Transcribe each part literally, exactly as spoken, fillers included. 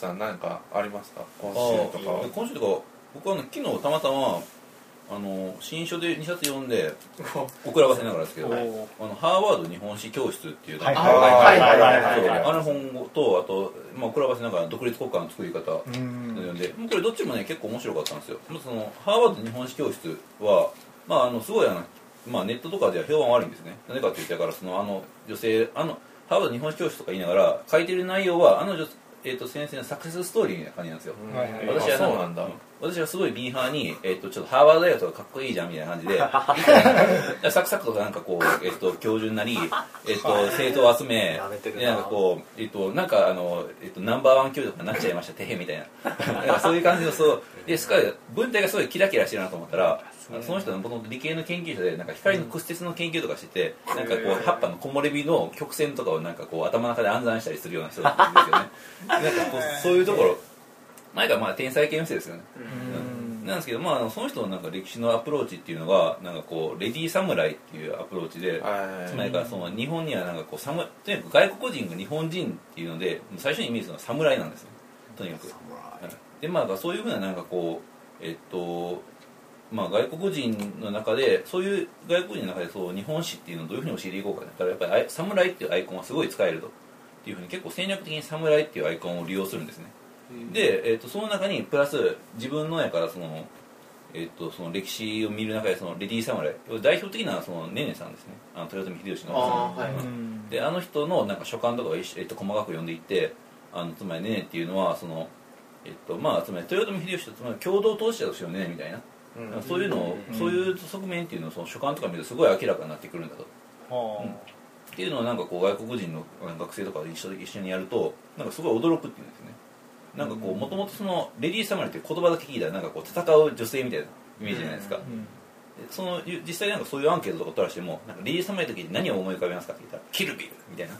さん何かありますか今週とかは。 今週とか僕は、ね、昨日たまたまあの新書でにさつ読んで遅らばせながらですけど、あのハーバード日本史教室っていうのがあの本と、あと、まあ、遅らばせながら独立国家の作り方を読んで、これどっちもね結構面白かったんですよ。そのハーバード日本史教室は、まあ、あのすごいあの、まあ、ネットとかでは評判悪いんですね。なぜかって言ったから、そのあの女性あのハーバード日本史教室とか言いながら書いてる内容はあの女性えー、と先生のサクセスストーリーみたいな感じなんですよ。私はそうなんだ。私はすごいミーハーに、えー、とちょっとハーバード大学とかかっこいいじゃんみたいな感じでサクサクとかなんかこう、えー、と教授になり、えー、と生徒を集めでなんかこう、えー、となんかあの、えー、とナンバーワン教授とかになっちゃいましたてへみたいななんかそういう感じのそうでしかも文体がすごいキラキラしてるなと思ったら、その人のもともと理系の研究者でなんか光の屈折の研究とかしてて、うん、なんかこう葉っぱの木漏れ日の曲線とかをなんかこう頭の中で暗算したりするような人なんですよねなんかこうそういうところ前がまあ天才系の人ですよね。うん、なんですけど、まあ、その人のなんか歴史のアプローチっていうのがなんかこうレディー侍っていうアプローチで、つまりかその日本にはなんかこうサムとにかく外国人が日本人っていうので最初にイメージするのは侍なんですね、とにかく。でまあそういうふうななんかこうえっとまあ、外国人の中でそういう外国人の中でそう日本史っていうのをどういうふうに教えていこうかだったらやっぱり侍っていうアイコンはすごい使えるとっていうふうに結構戦略的に侍っていうアイコンを利用するんですね。で、えー、とその中にプラス自分のやからその、えー、とその歴史を見る中でそのレディー侍代表的なそのねねさんですね、あの豊臣秀吉のあ,、はい、であの人のなんか書簡とかを、えー、と細かく読んでいって、あのつまりねねっていうのはその、えーとまあ、つまり豊臣秀吉とつまり共同当事者としてのねねみたいな、うん、そういうのを、うん、そういう側面っていうのをその書簡とか見るとすごい明らかになってくるんだと、うん、っていうのをなんかこう外国人の学生とかと一緒一緒にやるとなんかすごい驚くっていうんですね。なんかこうもともとそのレディー侍っていう言葉だけ聞いたらなんかこう戦う女性みたいなイメージじゃないですか、うんうん、その実際なんかそういうアンケートとか取らしてもなんかレディー侍の時に何を思い浮かべますかって言ったらキルビルみたいな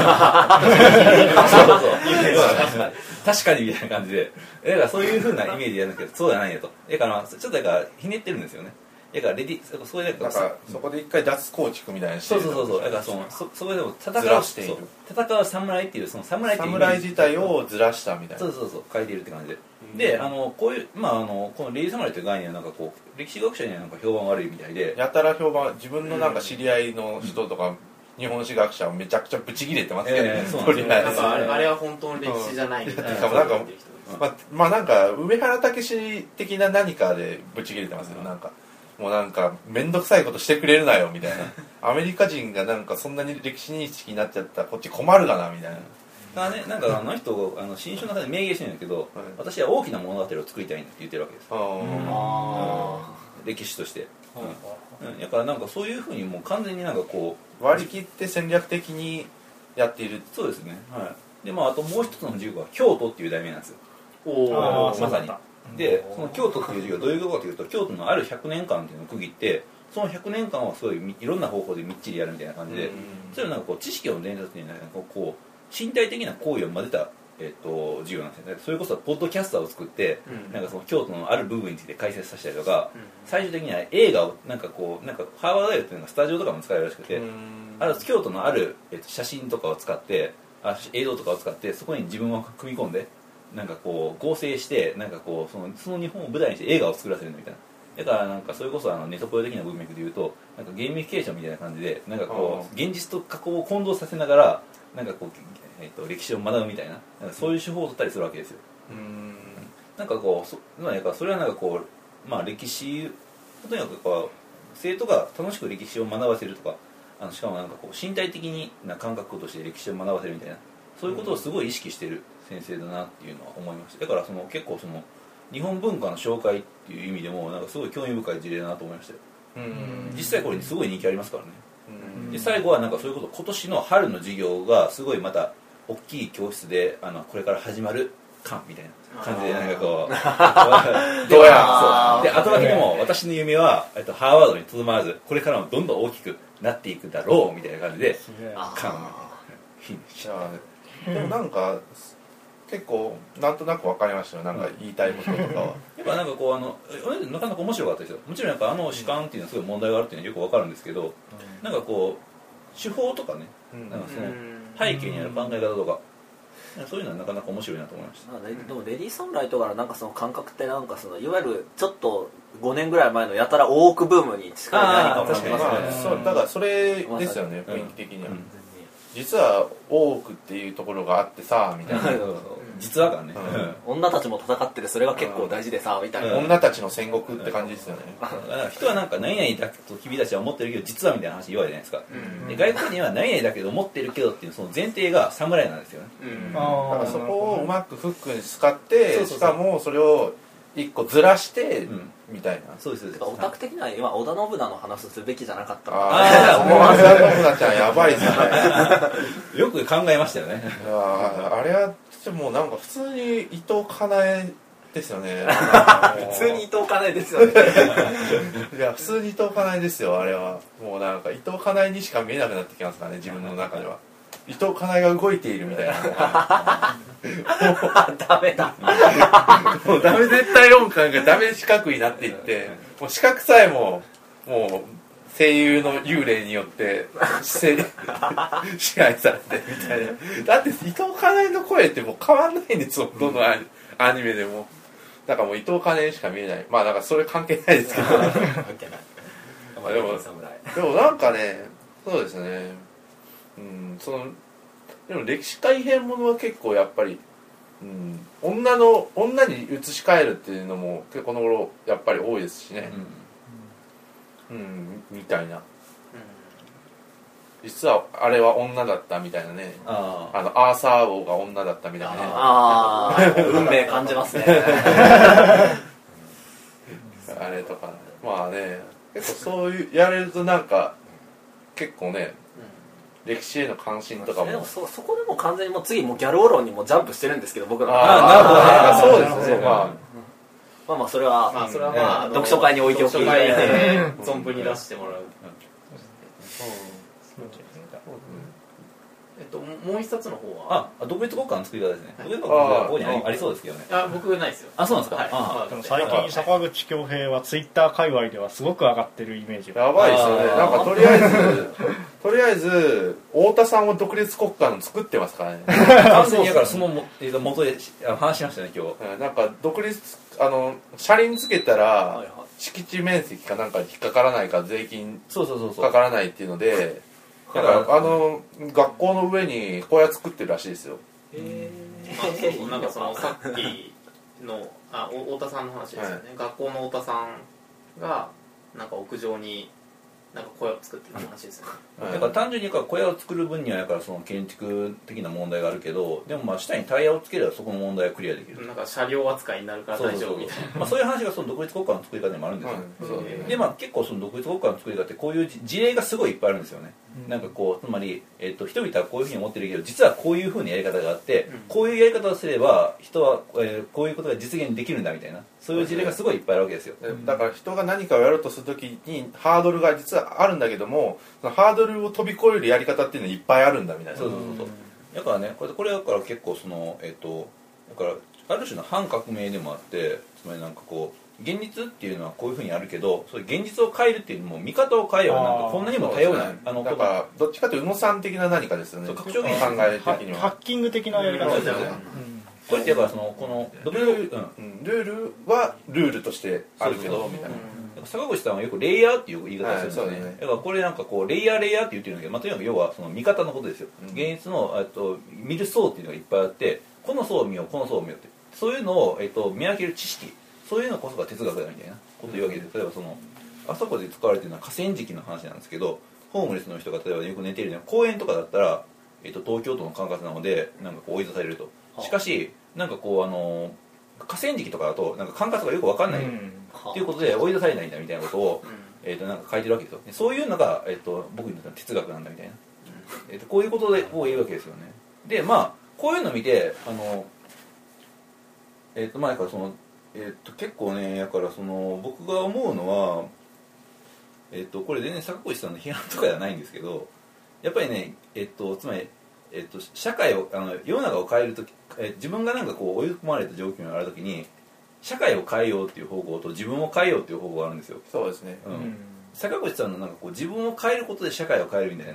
そうそうそう確かにみたいな感じでだからそういう風なイメージやるんだけどそうじゃないよとだからちょっとだからひねってるんですよね。だからレディそれでなんかそこで一回脱構築みたいなしてるそうそうそうだからそのそそこでも戦うしている戦う侍っていうその侍っていう侍自体をずらしたみたいなそうそうそう書いているって感じで、うん、であのこういうまああのこのレディー侍という概念はなんかこう歴史学者にはなんか評判悪いみたいでやたら評判自分のなんか知り合いの人とか、うん日本史学者はめちゃくちゃブチ切れてますけど、えー、とりあえずあれ、あれは本当の歴史じゃないみたいな、うん、 なんか、まあ、まあなんか梅原武史的な何かでブチ切れてますよ、うん、なんかもうなんか面倒くさいことしてくれるなよみたいなアメリカ人がなんかそんなに歴史認識になっちゃったらこっち困るがなみたいなだからね、なんかあの人あの新書の中で明言してるんだけど、はい、私は大きな物語を作りたいんだって言ってるわけです。あ、うん、歴史として、うん、だからなんかそういうふうにもう完全になんかこう割り切って戦略的にやっている。 そうですね、はい。でまああともう一つの授業は京都っていう題名なんですよ。おまさにでその京都っていう授業はどういうことかというと京都のあるひゃくねんかんっていうのを区切ってそのひゃくねんかんはすごいいろんな方法でみっちりやるみたいな感じで、それをなんかこう知識を伝達になんかこう身体的な行為を混ぜた、えっと、授業なんですよね。それこそポッドキャスターを作って、うん、なんかその京都のある部分について解説させたりとか、うん、最終的には映画をなんかこうなんかハーバード大学っていうのがスタジオとかも使えるらしくて、ある京都のある、えっと、写真とかを使ってあ映像とかを使ってそこに自分を組み込んでなんかこう合成してなんかこうそのその日本を舞台にして映画を作らせるみたいな。だからなんかそれこそあのネトポヨ的な文脈で言うとなんかゲーミフィケーションみたいな感じでなんかこう現実と加工を混同させながらなんかこう、えー、と歴史を学ぶみたい な, なんかそういう手法を取ったりするわけですよ。うーんなんかこう そ, なんかそれはなんかこう、まあ、歴史とにかくこう生徒が楽しく歴史を学ばせるとかあのしかもなんかこう身体的な感覚として歴史を学ばせるみたいなそういうことをすごい意識してる先生だなっていうのは思いました。だからその結構その日本文化の紹介っていう意味でもなんかすごい興味深い事例だなと思いましたよ。うん実際これにすごい人気ありますからね。うんで最後はなんかそういうこと今年の春の授業がすごいまた大きい教室であのこれから始まる感みたいな感じでなんかこうどうやそうで後だけでも私の夢はえっとハーバードにとどまらずこれからもどんどん大きくなっていくだろうみたいな感じで感フィニッシュでもなんか結構なんとなく分かりましたよなんか言いたいこととかはやっぱなんかこうあのなかなか面白かったですよ。もちろんやっぱあの主観っていうのはすごい問題があるっていうのはよく分かるんですけど、うん、なんかこう手法とかね、うん、なんかその背景にある考え方とかそういうのはなかなか面白いなと思いました。 でもレディーサムライとかのなんかその感覚ってなんかそのいわゆるちょっとごねんぐらい前のやたら大奥ブームに近い何かもしますね。 そうだからそれですよね、雰囲気的には、うん、実は大奥っていうところがあってさみたいな実はからね、 うん、女たちも戦ってるそれが結構大事でさみたいな、 女たちの戦国って感じですよね。 だから人はなんか何々だと君たちは思ってるけど実はみたいな話言われるじゃないですか、うん、で外国人は何々だけど思ってるけどっていうその前提が侍なんですよね、うん、 だからそこをうまくフックに使ってしかもそれを一個ずらして、うん、みたいな。 そうです。 オタク的には今織田信長の話すべきじゃなかったのか。ああ、もう織田信長ちゃんやばいですね。 よく考えましたよね。 あ, あれはもうなんか普通に伊藤かなえですよね。 普通に伊藤かなえですよね。 いや普通に伊藤かなえですよあれは。もうなんか伊藤かなえにしか見えなくなってきますからね自分の中では。伊藤かなえが動いているみたいなのがダメだもうダメ絶対音感がダメ四角になっていってもう四角さえももう声優の幽霊によって支配されてみたいな。だって伊藤かなえの声ってもう変わんないんですよどのアニメでも。だからもう伊藤かなえしか見えない。まあだからそれ関係ないですけどまあでもでもなんかねそうですねうん、そのでも歴史改変ものは結構やっぱり、うん、女の女に移し替えるっていうのも結構この頃やっぱり多いですしね、うん、うん、みたいな、うん、実はあれは女だったみたいなね、ああのアーサー王が女だったみたいなね、 ああ運命感じますねあれとかまあね結構そういうやれるとなんか結構ね歴史への関心とかもそ, そこでも完全にもう次もうギャルオロにもジャンプしてるんですけど僕らああなるほどそうですね、まあ、 まあまあそれは、 まあ、それはまあ、 うん、読書会に置いておき読書会で存分に出してもらう、えっと、もう一冊の方はあ、独立国家の作り方ですね。独立国家はここにありそうですけどね。 あ、僕ないですよ。 あ、そうなんですか。はい、 あでも最近坂口恭平はツイッター界隈ではすごく上がってるイメージがやばいですよね。なんかとりあえずとりあえず太田さんを独立国家の作ってますからね。 完全にだからその元で話しましたね今日。 なんか独立あの車輪つけたら敷地面積かなんかに引っかからないか税金かからないっていうので。だからあの学校の上に小屋作ってるらしいですよ。 へえ。まあ、なんかそのさっきのあ太田さんの話ですよね、はい、学校の太田さんがなんか屋上になんか小屋を作ってる話ですよね、 はい、だから単純に小屋を作る分にはやからその建築的な問題があるけどでもまあ下にタイヤをつければそこの問題はクリアできる。 なんか車両扱いになるから大丈夫みたいな。 まあそういう話がその独立国家の作り方にもあるんですよ、はい、でまあ結構その独立国家の作り方ってこういう事例がすごいいっぱいあるんですよね、うん、なんかこうつまり、えー、と人々はこういうふうに思ってるけど実はこういうふうなやり方があって、うん、こういうやり方をすれば人は、えー、こういうことが実現できるんだみたいなそういう事例がすごいいっぱいあるわけですよ。 だから人が何かをやろうとするときにハードルが実はあるんだけどもそのハードルを飛び越えるやり方っていうのいっぱいあるんだみたいな。 そうそうそうそう。だからねこれこれだから結構そのえっ、ー、とだからある種の反革命でもあってつまりなんかこう現実っていうのはこういうふうにあるけどそういう現実を変えるっていうのも見方を変えようなんかこんなにも多様な、ね、あのだからどっちかというと宇野さん的な何かですよね。 そう拡張現考え的にはハッキング的なやり方ですよね。 これってやっぱそのこのルール、うん、ルールはルールとしてあるけどみたいな。 坂口さんはよくレイヤーっていう言い方するんですね、はい、だからこれなんかこうレイヤーレイヤーって言ってるんだけど、まあ、とにかく要はその見方のことですよ、うん、現実のと見る層っていうのがいっぱいあってこの層を見ようこの層を見ようってそういうのを、えっと、見分ける知識そういうのこそが哲学だみたいなことを言うわけです。例えばそのあそこで使われてるのは河川敷の話なんですけどホームレスの人が例えばよく寝ているのは公園とかだったら、えっと、東京都の管轄なのでなんかこう追い出されると。しかしなんかこうあの河川敷とかだとなんか管轄がよく分かんないよ、うんっていうことで追い出されないんだみたいなことを、うんえー、となんか書いてるわけですよ。そういうのが、えー、と僕にとっては哲学なんだみたいな、うんえー、とこういうことでを言うわけですよね。でまあこういうのを見てあの、えーとまあ、だからその、えー、と結構ねだからその僕が思うのは、えー、とこれ全然坂口さんの批判とかではないんですけどやっぱりね、えー、とつまり、えー、と社会をあの世の中を変えるとき、えー、自分がなんかこう追い込まれた状況にあるときに社会を変えようっていう方向と自分を変えようっていう方向があるんですよ。 そうですね、 うん、坂口さんのなんかこう自分を変えることで社会を変えるみたいな、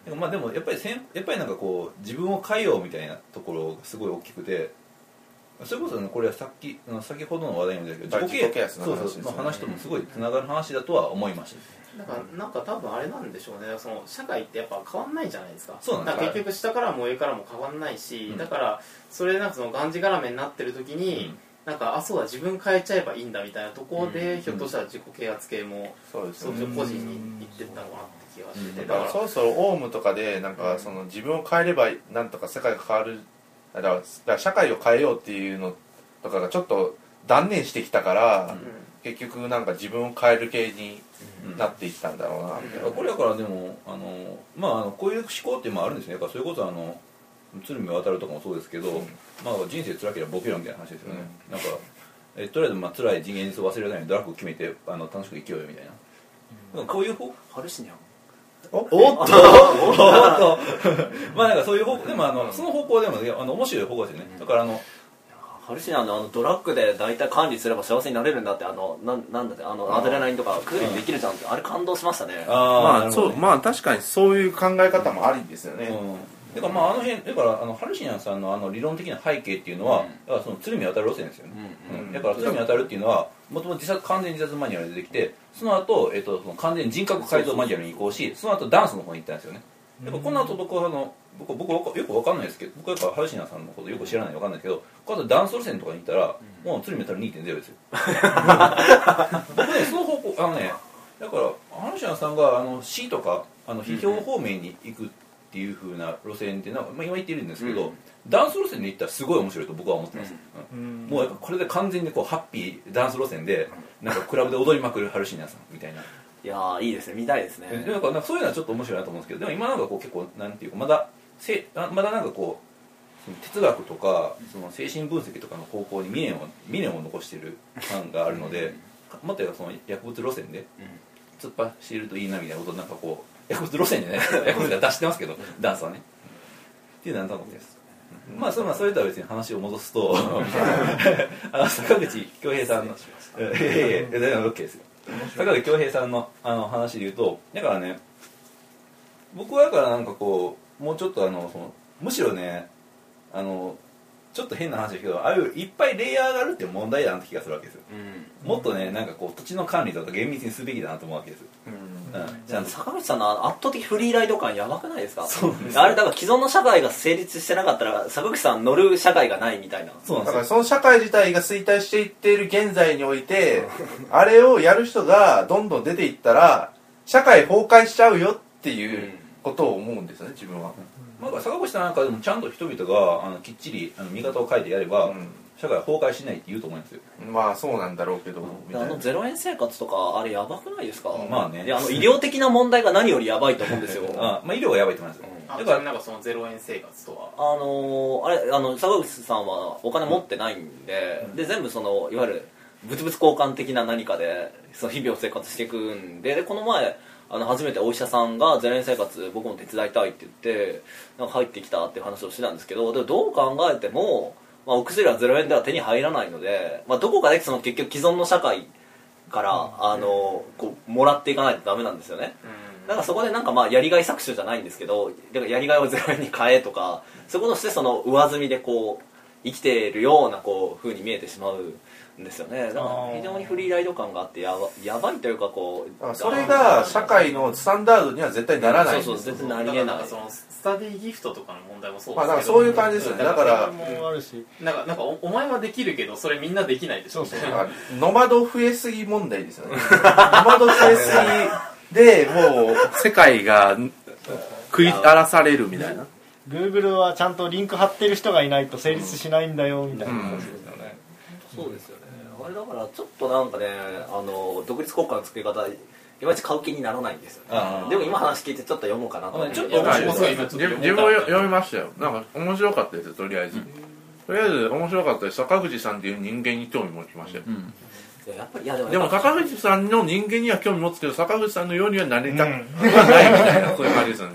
まあでもやっぱりせんやっぱりなんかこう自分を変えようみたいなところがすごい大きくて、それこそねこれはさっき先ほどの話題にも出たけど自己啓発の話ですね。 そうそうの話ともすごいつながる話だとは思いました。 なんかなんか多分あれなんでしょうね。その社会ってやっぱ変わんないじゃないですか。 そうなんです。 だから結局下からも上からも変わんないし、 うん、 だからそれでなんかそのがんじがらめになってる時に、うん、なんかあそうだ自分変えちゃえばいいんだみたいなところで、うん、ひょっとしたら自己啓発系もそうですね。個人にいってったのかなって気がしてて、 うん、だからそろそろオウムとかでなんかその自分を変えればなんとか世界が変わる、だからだから社会を変えようっていうのとかがちょっと断念してきたから、うん、結局なんか自分を変える系になっていったんだろうなみたいな、 うん、これだからでもあのまああのこういう思考っていうのもあるんですね。だからそれこそあの鶴見渡るとかもそうですけど、うん、まあ人生辛ければボケろみたいな話ですよね、うん、なんかえとりあえずまあ辛い人間実を忘れるためにドラッグを決めてあの楽しく生きようよみたいな、うん、こういう方ハルシニャンおっとおっとまあなんかそういう方向でもあのその方向でもあの面白い方向ですよね。だからあのハルシナのあのドラッグで大体管理すれば幸せになれるんだってあのななんだってあのアドレナリンとかクールにできるじゃんって、あれ感動しましたね。 あまあそう、まあ確かにそういう考え方もありですよね。 うんだからまああの辺だからあのハルシナさんのあの理論的な背景っていうのは、うん、だからその鶴見渡る路線ですよね。うんうん、だから鶴見渡るっていうのはもともと自殺完全自殺マニュアルで出てきて、その後えっとその完全人格改造マニュアルに移行し、その後ダンスの方に行ったんですよね。だからこの後僕はあの僕僕よく分かんないですけど、僕はやっぱハルシナさんのことよく知らないんで分かんないですけど、この後ダンス路線とかに行ったら、うん、もう鶴見渡る にてんゼロ ですよ。僕ねその方向あのねだからハルシナさんがあの詩とかあの批評方面に行くっていう風な路線っていうのは、まあ、今言ってるんですけど、うん、ダンス路線で行ったらすごい面白いと僕は思ってます、うんうん、もうやっぱこれで完全にこうハッピーダンス路線でなんかクラブで踊りまくるハルシナさんみたいな。 いやーいいですね、見たいですね。 でなんかなんかそういうのはちょっと面白いなと思うんですけど、でも今なんかこう結構なんていうかまだせまだなんかこうその哲学とかその精神分析とかの方向に未練を未練を残している感があるので、もっと言えばその薬物路線で突っ走るといいなみたいなことなんかこう。薬物路線じゃないですか。薬物では出してますけど、ダンスはね。っていうのは何だと思ってます。まあ、それそれとは別に話を戻すと、あの坂口恭平さんの、いやいやいや、大丈夫 OK ですよ。坂口恭平さんのあの話で言うと、だからね、僕はだからなんかこう、もうちょっとあの、そのむしろね、あの、ちょっと変な話ですけど、ああいういっぱいレイヤーがあるっていう問題だなって気がするわけですよ、うん、もっとねなんかこう土地の管理とか厳密にすべきだなと思うわけですよ、うんうん、 じゃあ坂口さんの圧倒的フリーライド感やばくないですか。そうです、あれだから既存の社会が成立してなかったら坂口さん乗る社会がないみたいな。 そうなんですよ。だからその社会自体が衰退していっている現在においてあれをやる人がどんどん出ていったら社会崩壊しちゃうよっていうことを思うんですよね、自分は。 まあ、坂口さんなんかでもちゃんと人々があのきっちりあの見方を変えてやれば、うん、社会は崩壊しないって言うと思いますよ。 まあそうなんだろうけど、 うん、あのゼロ円生活とかあれやばくないですか。 うん、まあね、 であの医療的な問題が何よりやばいと思うんですよ。 あ、まあ、医療はやばいと思いますよ、 うん、だからなんかそのゼロ円生活とはあのー、あれあの坂口さんはお金持ってないんで、うん、で全部そのいわゆる物々交換的な何かでその日々を生活していくんで、でこの前あの初めてお医者さんがゼロ円生活僕も手伝いたいって言ってなんか入ってきたっていう話をしてたんですけど、でもどう考えても、まあ、お薬はゼロ円では手に入らないので、まあ、どこかでその結局既存の社会から、うん、あのこうもらっていかないとダメなんですよね、うん、だからそこでなんかまあやりがい搾取じゃないんですけど、だからやりがいをゼロ円に変えとかそことしてその上積みでこう生きているようなこう風に見えてしまうんですよね。だから非常にフリーライド感があってやば、やばいというかこうそれが社会のスタンダードには絶対ならないんですよ。 そうそう絶対なりえない。 だからそのスタディギフトとかの問題もそうですけど、 まあ、だからそういう感じですよね。だからもあるしなんかなんか お, お前はできるけどそれみんなできないでしょ。そうそうノマド増えすぎ問題ですよね。ノマド増えすぎでもう世界が食い荒らされるみたいな。 Google はちゃんとリンク貼ってる人がいないと成立しないんだよみたいな話ですよね、 うん、そうですよね。あれだからちょっとなんかねあの独立国家の作り方いまいち買う気にならないんですよね。でも今話聞いてちょっと読もうかなと思って。ちょっと面白い。 自分も読みましたよ。なんか面白かったですよ、とりあえず、うん、とりあえず面白かったです。坂口さんっていう人間に興味持ちましたよ、うんやっぱりいやでもでも坂口さんの人間には興味持つけど坂口さんのようにはなりたくはないみたいなそういう感じですよね。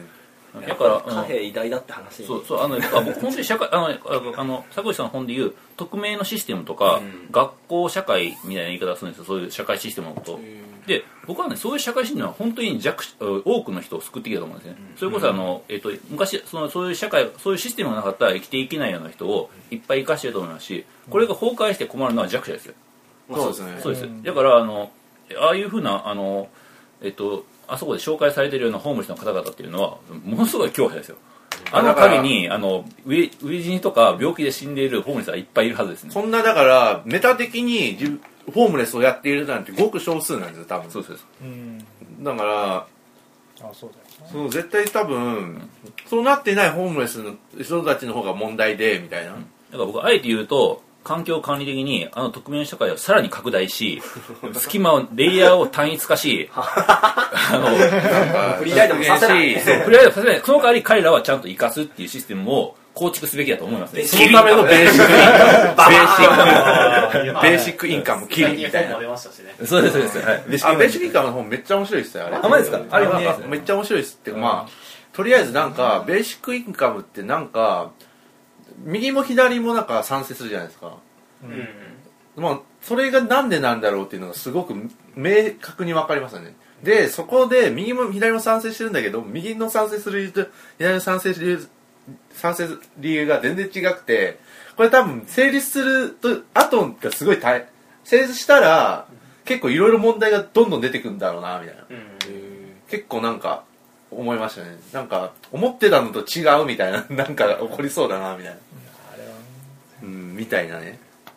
だから、 貨幣偉大だって話にそうそうあの僕本当に社会あのあの坂口さんの本でいう匿名のシステムとか、うん、学校社会みたいな言い方をするんですよ。そういう社会システムのこと、で僕はねそういう社会システムは本当に弱多くの人を救ってきたと思うんですね、うん、それこそあの、えー、と昔そのそういう社会そういうシステムがなかったら生きていけないような人をいっぱい生かしてると思いますし、これが崩壊して困るのは弱者ですよ、 うん、そうですね。 そうです。だからあのああいうふうなあのえっとあそこで紹介されているようなホームレスの方々っていうのはものすごい強者ですよ。あの陰にあの飢え死にとか病気で死んでいるホームレスはいっぱいいるはずですね。 そんなだからメタ的にホームレスをやっているなんてごく少数なんですよ多分。 そうです。 うんだからあそうだよね、 そう絶対多分、うん、そうなっていないホームレスの人たちの方が問題でみたいな、うん、 だから僕あえて言うと環境管理的にあの匿名社会をさらに拡大し隙間をレイヤーを単一化しあのフリーライドもさせないそうフリーライドもさせない。その代わり彼らはちゃんと生かすっていうシステムを構築すべきだと思いますね。 そのためのベーシックインカムベーシックベーシックインカムキリみたいな。 そうですそうです、はい、 ベーシックインカムの本めっちゃ面白いですよあれ。 あ、マジですか。あれめっちゃ面白いですって、まあとりあえずなんかベーシックインカムってなんか右も左もなんか賛成するじゃないですか、うん、まあそれがなんでなんだろうっていうのがすごく明確に分かりますよね。でそこで右も左も賛成してるんだけど右の賛成する理由と左の賛成する理由賛成理由が全然違くて、これ多分成立すると後がすごい大成立したら結構いろいろ問題がどんどん出てくるんだろうなみたいな、うん、結構なんか思いましたね。なんか思ってたのと違うみたいななんか起こりそうだなみたいな、うん、みたいなね。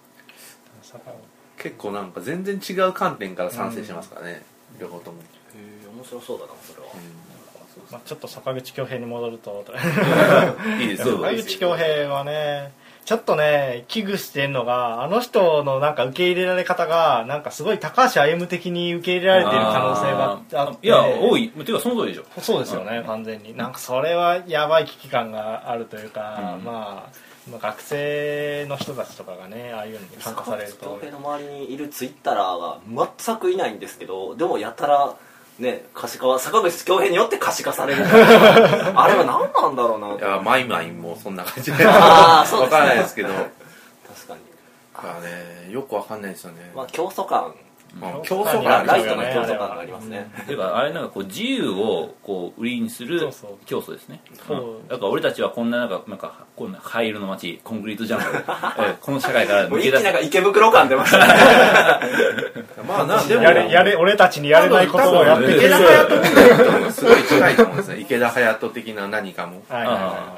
結構なんか全然違う観点から賛成しますからね、うん、両方とも。へえ面白そうだなそれは、うんまあ、ちょっと坂口恭平に戻るといいです坂口恭平はねちょっとね危惧してるのがあの人のなんか受け入れられ方がなんかすごい高橋歩的に受け入れられている可能性があって、 いや多いていうかその通りでしょ。 そうですよね完全になんかそれはやばい危機感があるというか、うん、まあまあ、学生の人たちとかがねああいうのに参加されると。 坂口恭平の周りにいるツイッターが全くいないんですけど、でもやたらね可視化は坂口恭平によって可視化されるあれは何なんだろうな。 いやマイマインもそんな感じであそうです、ね、分からないですけど確かにあねよく分かんないですよね。 まあ競争感競争感ライトの競争感がありますね。 ていうかあれなんかこう自由をこう売りにする競争ですね。そうだから俺たちはこんななんかなんかこんな灰色の街コンクリートジャングルこの社会から抜け出す。なんか池袋感出ましたねまあなんでもやれやれ俺たちにやれないことをやってくれる。 池田隼人もすごい近いと思うんですね。池田隼人的な何かも。はいはいはい、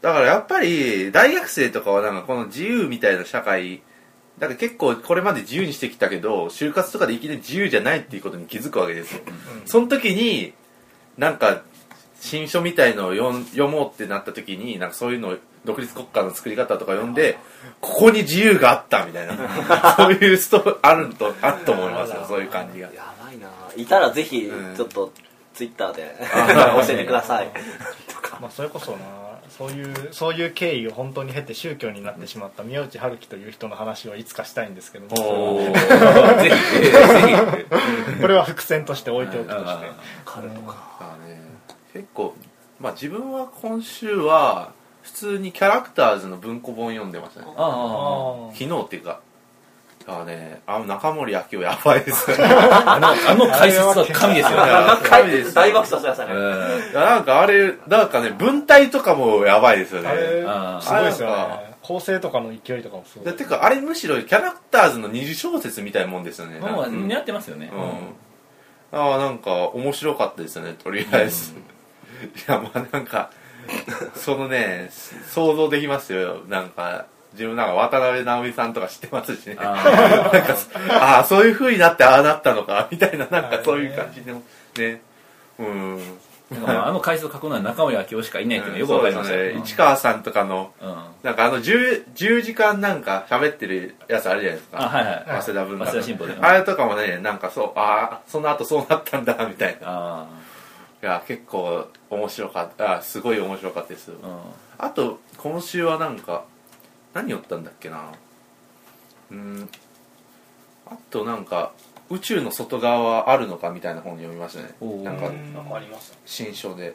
だからやっぱり大学生とかはなんかこの自由みたいな社会だから結構これまで自由にしてきたけど就活とかでいきなり自由じゃないっていうことに気づくわけですよ、うん、その時になんか新書みたいのを読, 読もうってなった時になんかそういうのを独立国家の作り方とか読んでここに自由があったみたいなそういうストあるとあると思いますよ。そういう感じがやばいな。いたらぜひちょっとツイッターで、うん、教えてくださいとか、 まあ、それこそなそういうそういう経緯を本当に経て宗教になってしまった宮内春樹という人の話をいつかしたいんですけどもぜひぜひこれは伏線として置いておくとして彼とか、 ね、結構、まあ、自分は今週は普通にキャラクターズの文庫本読んでましたね。あ昨日っていうかあね、あの中森明夫やばいですよねあの、あの解説は神ですよね。 神です。大爆笑しましたね。 なんかあれなんかね文体とかもやばいですよね。 あれすごいですよね。構成とかの勢いとかもすごい。 てかあれむしろキャラクターズの二次小説みたいなもんですよね。 もう似合ってますよね。 うん、ああなんか面白かったですよねとりあえず。うん、いやまあなんかそのね想像できますよ。なんか。自分なんか渡辺直美さんとか知ってますしね。あなんかああそういう風になってああなったのかみたいななんかそういう感じでもね。うん。 あの解説を書くのは中森明夫しかいないっていうのよくわかりましたね。 市川さんとかの、うん、なんかあの 10, じゅうじかんなんか喋ってるやつあるじゃないですか。 あはいはい。 早稲田文化。 早稲田新報で。 あれとかもねなんかそうああその後そうなったんだみたいな。あいや結構面白かったあすごい面白かったです。うん、あと今週はなんか。何読ったんだっけなうんあとなんか宇宙の外側はあるのかみたいな本読みましたね。なんか新書で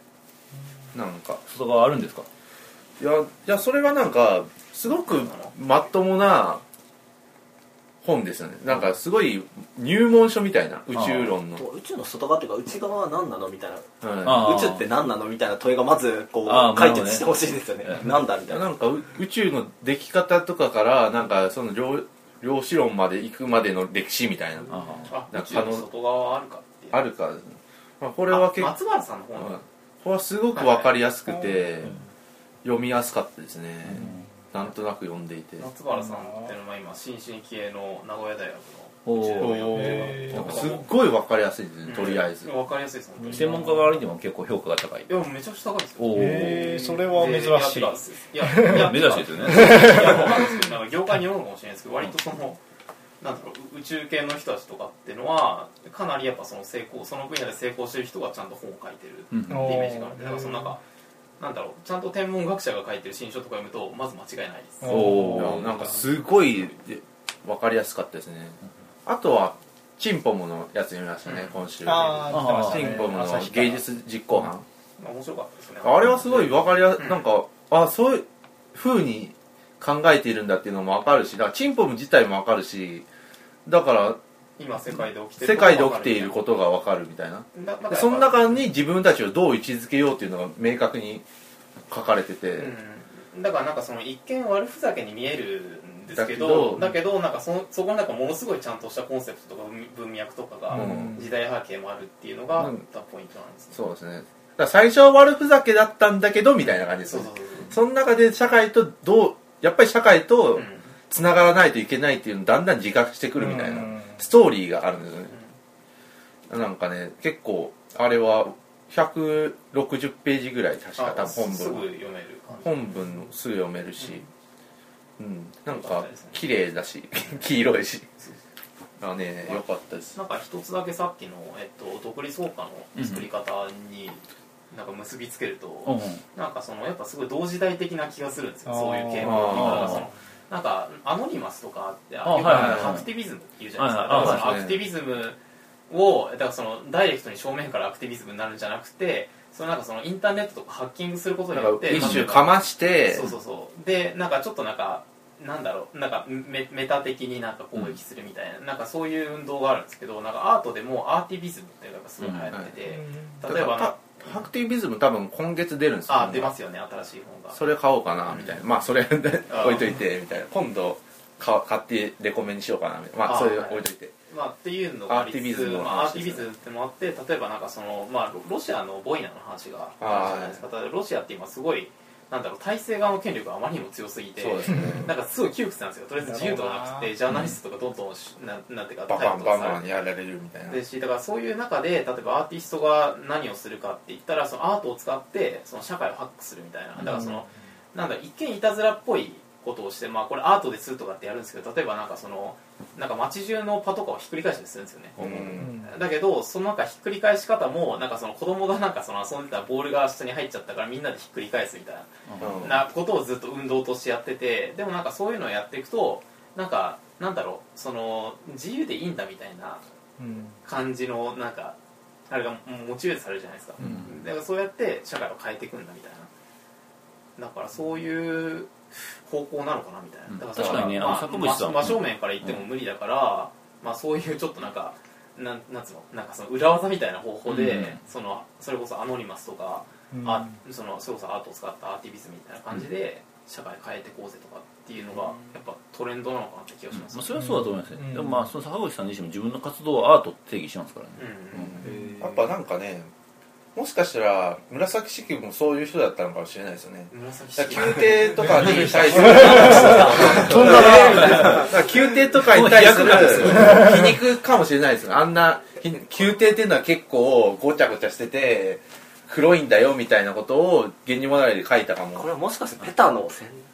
なんか外側あるんですか？ いやいやそれはなんかすごくまっともな本ですよね。なんかすごい入門書みたいな宇宙論の宇宙の外側っていうか内側は何なのみたいな、 はい、 宇宙って何なのみたいな問いがまずこあう解決してほしいですよね。なんだみたいな。 なんか宇宙の出来方とかからなんかその量量子論まで行くまでの歴史みたいな、 あ宇宙の外側はあるかっていうあるか、まあ、これは結構松原さんの本、うん、 これはすごく分かりやすくて読みやすかったですね、うん、なんとなく読んでいて。 松原さんっていうのは今新進気鋭の名古屋大学の宇宙を読んでる、 すっごい分かりやすいですね、とりあえず分かりやすいですね。 専門家側にでも結構評価が高い。 いやめちゃくちゃ高いですよ。 へえ、それは珍しい。 いやいや珍しいですよね。 いや分かんないですけど、なんか業界によるのかもしれないですけど、割とそのなんだろう宇宙系の人たちとかっていうのはかなりやっぱその成功その分野で成功してる人がちゃんと本を書いてるってイメージがあるんで、だからそのなんかなんだろうちゃんと天文学者が書いてる新書とか読むとまず間違いないです。 おなんかすごい分かりやすかったですね。あとはチンポムのやつ読みましたね、今週。あチンポムの芸術実行犯、 面白かったですね。 あれはすごい分かりやすい、なんかあそういう風に考えているんだっていうのも分かるし、だからチンポム自体も分かるし、だから今世界で起きてる世界で起きていることが分かるみたいな。でその中に自分たちをどう位置づけようっていうのが明確に書かれてて、 うん、だからなんかその一見悪ふざけに見えるんですけど、だけどなんか そ, そこになんかものすごいちゃんとしたコンセプトとか文脈とかが、うん、時代背景もあるっていうのが、うん、ポイントなんですね。 そうですね。だから最初は悪ふざけだったんだけどみたいな感じですね。そうそうそうそう。その中で社会とどうやっぱり社会とつながらないといけないっていうのをだんだん自覚してくるみたいなストーリーがあるんですよね。うん、なんかね結構あれはひゃくろくじゅっページぐらい確か多分本文すぐ読める本文すぐ読めるし、うん、うん、なんか綺麗だし黄色いしあね良かったです。 なんか一つだけさっきの、えっと、独立放火の作り方になんか結びつけると、うん、なんかそのやっぱすごい同時代的な気がするんですよ、そういう系の。なんかアノニマスとかってアクティビズムっていうじゃないですか。だからそのアクティビズムをだからそのダイレクトに正面からアクティビズムになるんじゃなくて、そのなんかそのインターネットとかハッキングすることによって一種かまして、 そうそうそうでなんかちょっとなんかなんだろうなんか メ, メタ的になんか攻撃するみたいな、うん、なんかそういう運動があるんですけど、なんかアートでもアーティビズムっていうのがすごい流行ってて、うん、例えばなアクティビズム多分今月出るんですよ。 あ出ますよね、新しい本が。それ買おうかなみたいな、うん、まあそれ置いといてみたいな、今度買ってレコメンにしようかなみたいな、まあそれ置いといて、 まあ、っていうのがありつつ、アーティビズム、まあ、アーティビズムってもあって、例えばなんかその、まあ、ロシアのボイナの話があるじゃないですか。例えばロシアって今すごいなんだろう体制側の権力があまりにも強すぎて、そうですね、なんかすごい窮屈なんですよ。とりあえず自由とかなくてジャーナリストとかどんどんななんていうかバンバンバンバンやられるみたいなでし、だからそういう中で例えばアーティストが何をするかって言ったら、そのアートを使ってその社会をハックするみたいな。だからその、うん、なんだ一見いたずらっぽいことをして、まあ、これアートですとかってやるんですけど、例えばなんかそのなんか街中のパトカーをひっくり返したりするんですよね、うん、だけどそのなんかひっくり返し方もなんかその子供がなんかその遊んでたボールが下に入っちゃったからみんなでひっくり返すみたいな、うん、なことをずっと運動としてやってて、でもなんかそういうのをやっていくとなんかなんだろうその自由でいいんだみたいな感じのなんかあれがモチベートされるじゃないですか、うん、だからそうやって社会を変えていくんだみたいな、だからそういう方向なのかなみたいな。だから確かにね、 まあ、真正面から言っても無理だから、うん、まあそういうちょっとなんかなんなんつうのなんかその裏技みたいな方法で、うん、そのそれこそアノニマスとか、うん、あそのそれこそアートを使ったアーティビズムみたいな感じで社会変えていこうぜとかっていうのがやっぱトレンドなのかなって気がします、ね。 うんまあ、それはそうだと思いますね。うん、でもまあその坂口さん自身も自分の活動はアートって定義してますからね。 うんうんうん、やっぱなんかね。もしかしたら紫式部もそういう人だったのかもしれないですよね。紫式部宮廷とかに対する宮廷とかに対する皮肉かもしれないですよ。あんな宮廷っていうのは結構ごちゃごちゃしてて黒いんだよみたいなことを源氏物語で書いたかも。 これはもしかしてベタの宣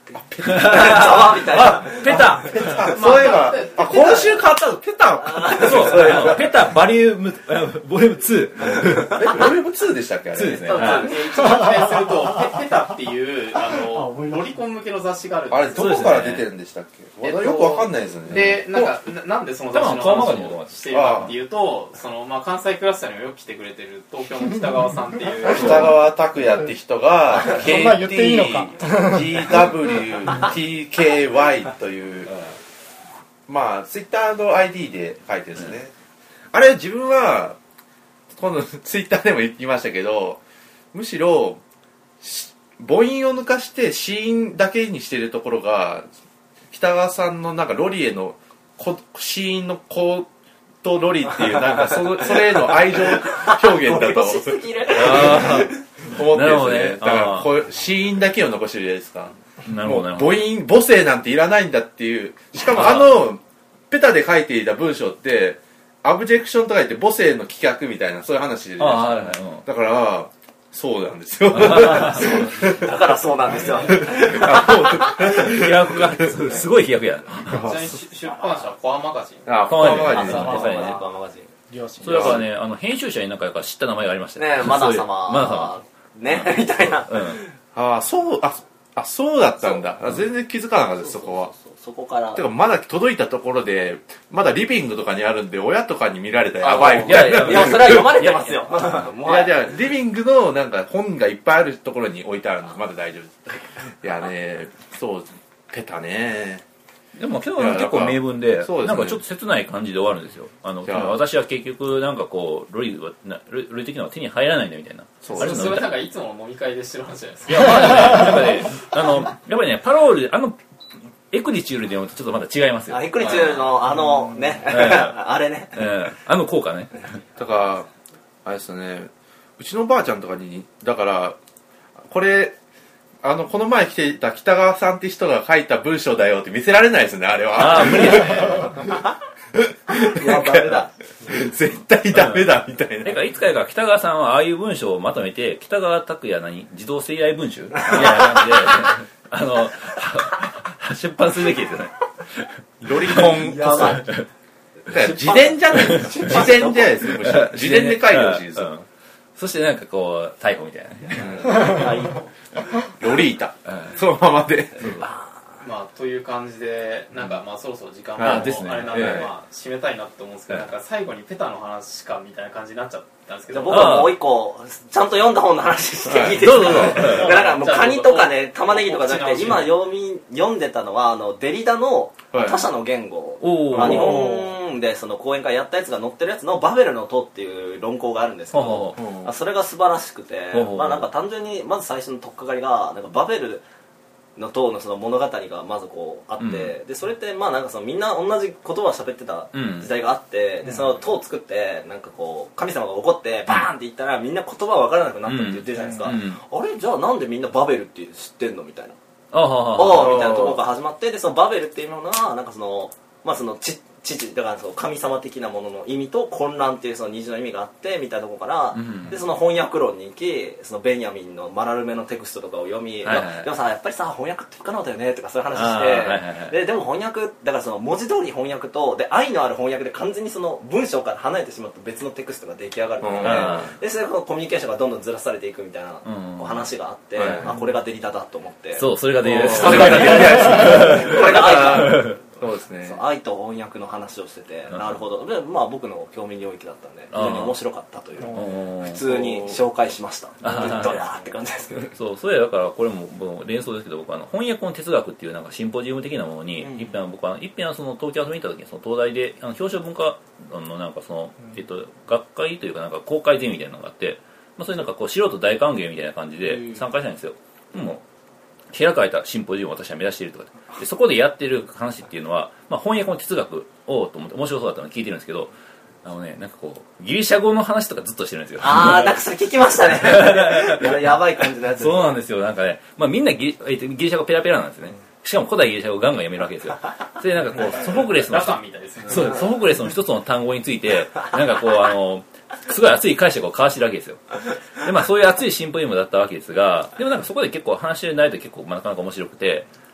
ってざわみたいなペタそういえばあ今週買ったのペタそうペタバリュームボリュームツーえボリュームツーでしたっけあれツーですね一応説明するとペペタっていうあのロリコン向けの雑誌があるんですあれどこから出てるんでしたっけ、よくわかんないですよね。 でなんかななんでその雑誌の話をしているかっていうとその、まあ、関西クラスターにもよく来てくれてる東京の北川さんっていう北川拓也って人がそんなん言っていいのかケーティージーダブリューティーケーワイ というまあツイッターの アイディー で書いてるんですね、あれ自分は今度ツイッターでも言いましたけどむしろ母音を抜かして子音だけにしてるところが北川さんのなんかロリエの子音の子とロリっていうなんか そ, それへの愛情表現だと思ってるんですね。だからこう子音だけを残してるじゃないですか。 なるほどもう母音母声なんていらないんだっていう。しかもあのペタで書いていた文章ってアブジェクションとか言って母性の棄却みたいなそういう話で、ね、 はいはい、うん、 だからそうなんですよだからそうなんですよ飛躍がすごい飛躍やちなみに出版社はコアマガジンあコアマガジンコアマガジンそれだからねあの編集者になんか知った名前がありましたねマナ様マナ様ねみたいな、 うん、 ああそうああそうだったんだ全然気づかなかったですそこはそこからてかまだ届いたところでまだリビングとかにあるんで親とかに見られたらやばいみたいな。 いやそれは読まれてますよいやじゃあリビングのなんか本がいっぱいあるところに置いてあるのまだ大丈夫ですいやねそうペタねでも今日は結構名文 で, で、ね、 なんかちょっと切ない感じで終わるんですよ。あの私は結局なんかこうロリはロリ的なのは手に入らないんだみたいな。 そうあれそれなんかいつも飲み会でしてる話じゃないですか。 いやまあね、あのやっぱりねパロールあのエクリチュールでもちょっとまだ違いますよ。 エクリチュールのあのね、あれね、 あの効果ね。 だからあれですねうちのばあちゃんとかにだからこれ。あのこの前来ていた北川さんって人が書いた文章だよって見せられないですねあれは。あ無理ですね。いやダメだ。絶対ダメだみたいな。 なんかいつかか北川さんはああいう文章をまとめて北川拓也何自動性愛文集みたいな感じであの出版するべきですよね。 ロリコン。やばい。自伝じゃないですか。自伝じゃないですか。自伝で書いてほしいですよ。 そしてなんかこう逮捕みたいな。 ロリータ、うん、そのままで、 うん、まあという感じでなんかまあそろそろ時間もあれなんで、まあ締めたいなと思うんですけど、なんか最後にペタの話かみたいな感じになっちゃったんですけど、 僕はもう一個ちゃんと読んだ本の話していいですか。どうぞどうぞ。だからもうカニとかね玉ねぎとかじゃなくて今読み読んでたのはあのデリダの他者の言語、はい、日本でその講演会やったやつが載ってるやつのバベルの塔っていう論考があるんですけど、それが素晴らしくて、まあなんか単純にまず最初の取っかかりがなんかバベルの塔のその物語がまずこうあって、うん、でそれってまあなんかそのみんな同じ言葉を喋ってた時代があって、うん、でその塔を作ってなんかこう神様が怒ってバーンって言ったらみんな言葉が分からなくなったって言ってるじゃないですか、うんうん、あれじゃあなんでみんなバベルって知ってんのみたいなああみたいなところが始まって、でそのバベルっていうのはなんかそのまあそのち父だからその神様的なものの意味と混乱っていうその二重の意味があってみたいなところから、うん、でその翻訳論に行きそのベンヤミンのマラルメのテクストとかを読み、はいはいはい、でもさやっぱりさ翻訳って不可能だよねとかそういう話して、はいはいはい、で, でも翻訳だからその文字通り翻訳とで愛のある翻訳で完全にその文章から離れてしまった別のテクストが出来上がるので、うん、でそれでコミュニケーションがどんどんずらされていくみたいな、うん、こう話があって、はいはい、あこれがデリダだと思って、 そうそれがデリダです。 それがデリダです。これが愛だ。 そうですね、 愛と翻訳の話をしてて、なるほどで、まあ、僕の興味領域だったんで非常に面白かったという普通に紹介しましたどやーって感じですけどそうそれだからこれも連想ですけど僕はあの翻訳の哲学っていうなんかシンポジウム的なものに、うん、一遍僕は一遍はその東京遊びに行った時にその東大であの表彰文化のなんかその、えっと、学会というかなんか公開ゼミみたいなのがあって、まあ、そういうなんかこう素人大歓迎みたいな感じで参加したんですよ、うん、もう開かれたシンポジウムを私は目指しているとかでそこでやってる話っていうのは、まあ、翻訳の哲学をと思って面白そうだったのを聞いてるんですけどあのねなんかこうギリシャ語の話とかずっとしてるんですよ。 ああなんかそれ聞きましたねや, やばい感じのやつ。 そうなんですよなんかね、まあ、みんなギ リ, ギリシャ語ペラペラなんですよね。しかも古代ギリシャ語ガンガン読めるわけですよ。それでなんかこうソフォクレスのラカンみたいですね。 そうソフォクレスの一つの単語についてなんかこうあのすごい熱い解釈を交わしてるわけですよ。でまあそういう熱いシンポジウムだったわけですが、でもなんかそこで結構話し合いないと結構まあなかなか面白くて、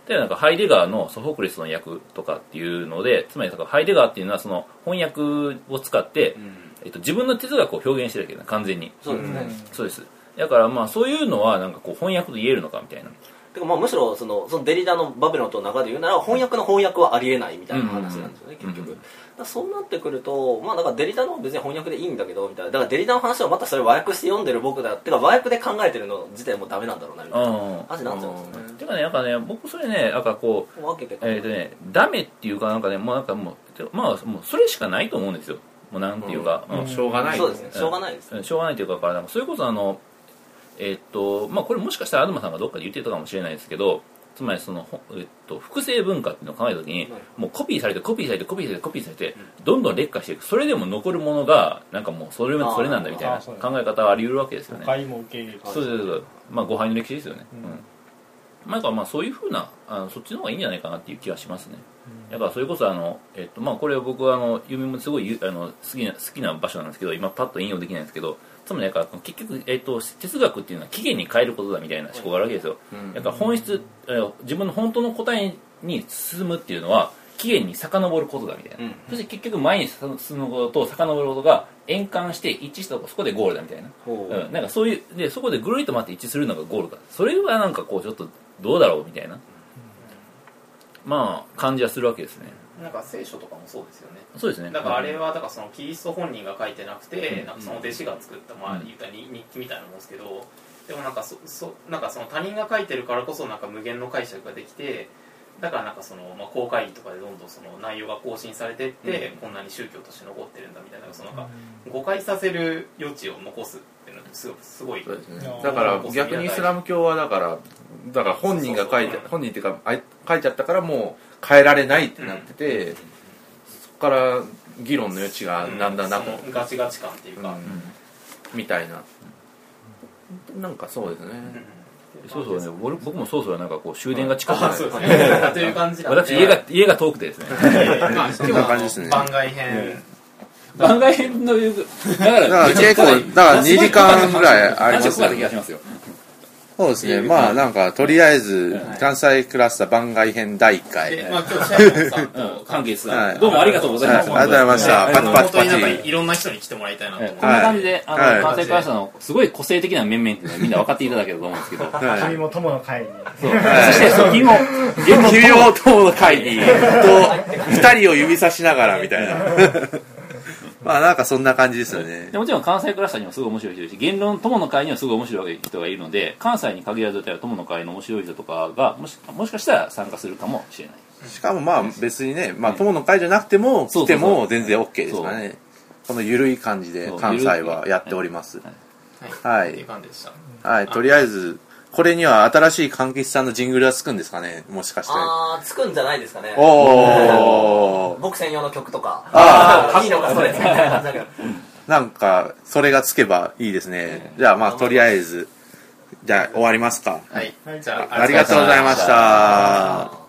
でなんかハイデガーのソフォクレスの役とかっていうので、つまりハイデガーっていうのはその翻訳を使って、うん、えっと、自分の哲学を表現してるわけど、ね、完全に。 そうですね。 そうです。だからまあそういうのはなんかこう翻訳と言えるのかみたいな。 てかまあむしろそのそのデリダのバベロンとの中で言うなら翻訳の翻訳はありえないみたいな話なんですよね、うんうん、結局。だそうなってくると、まあだからデリダの別に翻訳でいいんだけどみたいな。だからデリダの話をまたそれ和訳して読んでる僕だってか和訳で考えてるの自体もダメなんだろうなみたいな話になっちゃうんですよね。 てかね、なんかね、僕それね、なんかこう、 分けてえっとね、ダメっていうかなんかね、もうなんかもうまあもうそれしかないと思うんですよ。もうなんていうか、 うんうん、しょうがない。 そうですね。しょうがないです、 ね。しょうがないというか、からなんかそれこそあの。えっとまあ、これもしかしたら東さんがどっかで言ってたかもしれないですけど、つまりその、えっと、複製文化っていうのを考えたときに、もうコピーされてコピーされてコピーされてコピーされてどんどん劣化していく。それでも残るものがなんかもうそれそれなんだみたいな考え方はあり得るわけですよね。 誤解も受け入れる。 そうそうそう、まあ誤解の歴史ですよね。うん、なんかまあそういうふうなあのそっちの方がいいんじゃないかなっていう気はしますね。だからそれこそあの、えっとまあ、これは僕はあの読みもすごいあの好きな好きな場所なんですけど、今パッと引用できないんですけど、つまりだから結局、えっと、哲学っていうのは起源に変えることだみたいな思考があるわけですよ。だから本質、自分の本当の答えに進むっていうのは起源に遡ることだみたいな、うん、そして結局前に進むことと遡ることが円環して一致したとこそこでゴールだみたいな、うん、なんかそういうでそこでぐるりと回って一致するのがゴールだ。それはなんかこうちょっとどうだろうみたいな、まあ感じはするわけですね。 なんか聖書とかもそうですよね。 そうですね。 だからあれはだからそのキリスト本人が書いてなくて、うん、なんかその弟子が作ったまあ言った日記みたいなもんですけど、でもなんか そ, そなんかその他人が書いてるからこそなんか無限の解釈ができて、だからなんかそのまあ公開とかでどんどんその内容が更新されていって、うん、こんなに宗教として残ってるんだみたいな、そのなんか誤解させる余地を残すっていうのすごいすごい。 そうですね。だから逆にイスラム教はだからだから本人が書いて本人っていうか書いちゃったからもう変えられないってなってて、うん、そこから議論の余地がだんだんなく、 うん、ガチガチ感っていうか、うん、 みたいな、なんかそうですね、 うん、そうそうね、僕もそうそうなんかこう終電が近くて、 そうですねという感じだ、 私家が家が遠くてですねまあそんな感じですね。番外編番外編のだからだから結構だからにじかんぐらいありますよ気がしますよ。 そうですね、まあなんかとりあえず関西クラスター番外編だいいっかい、 まあ今日シャイモンさんと関係さんどうもありがとうございました。 ありがとうございました。パチパチパチ。 本当になんかいろんな人に来てもらいたいなと思って、 こんな感じであの関西クラスターのすごい個性的な面々っていうのはみんな分かっていただけると思うんですけど、 君も友の会に、 そして君も君も友の会にとふたりを指さしながらみたいな。まあなんかそんな感じですよね。 でもちろん関西クラスターにはすごい面白い人いるし、言論友の会にはすごい面白い人がいるので、関西に限らず友の会の面白い人とかがも し, もしかしたら参加するかもしれない。 しかもまあ別にね、まあ友の会じゃなくても来ても全然 OK ですからね。この緩い感じで関西はやっております。はい。はい。はい。とりあえずこれには新しい柑橘さんのジングルはつくんですかね、もしかして。 ああ、つくんじゃないですかね。 おー。 僕専用の曲とか。 ああ、いいのかそれ。 なんかそれがつけばいいですね。じゃあまあとりあえずじゃあ終わりますか。 はい。じゃあありがとうございました。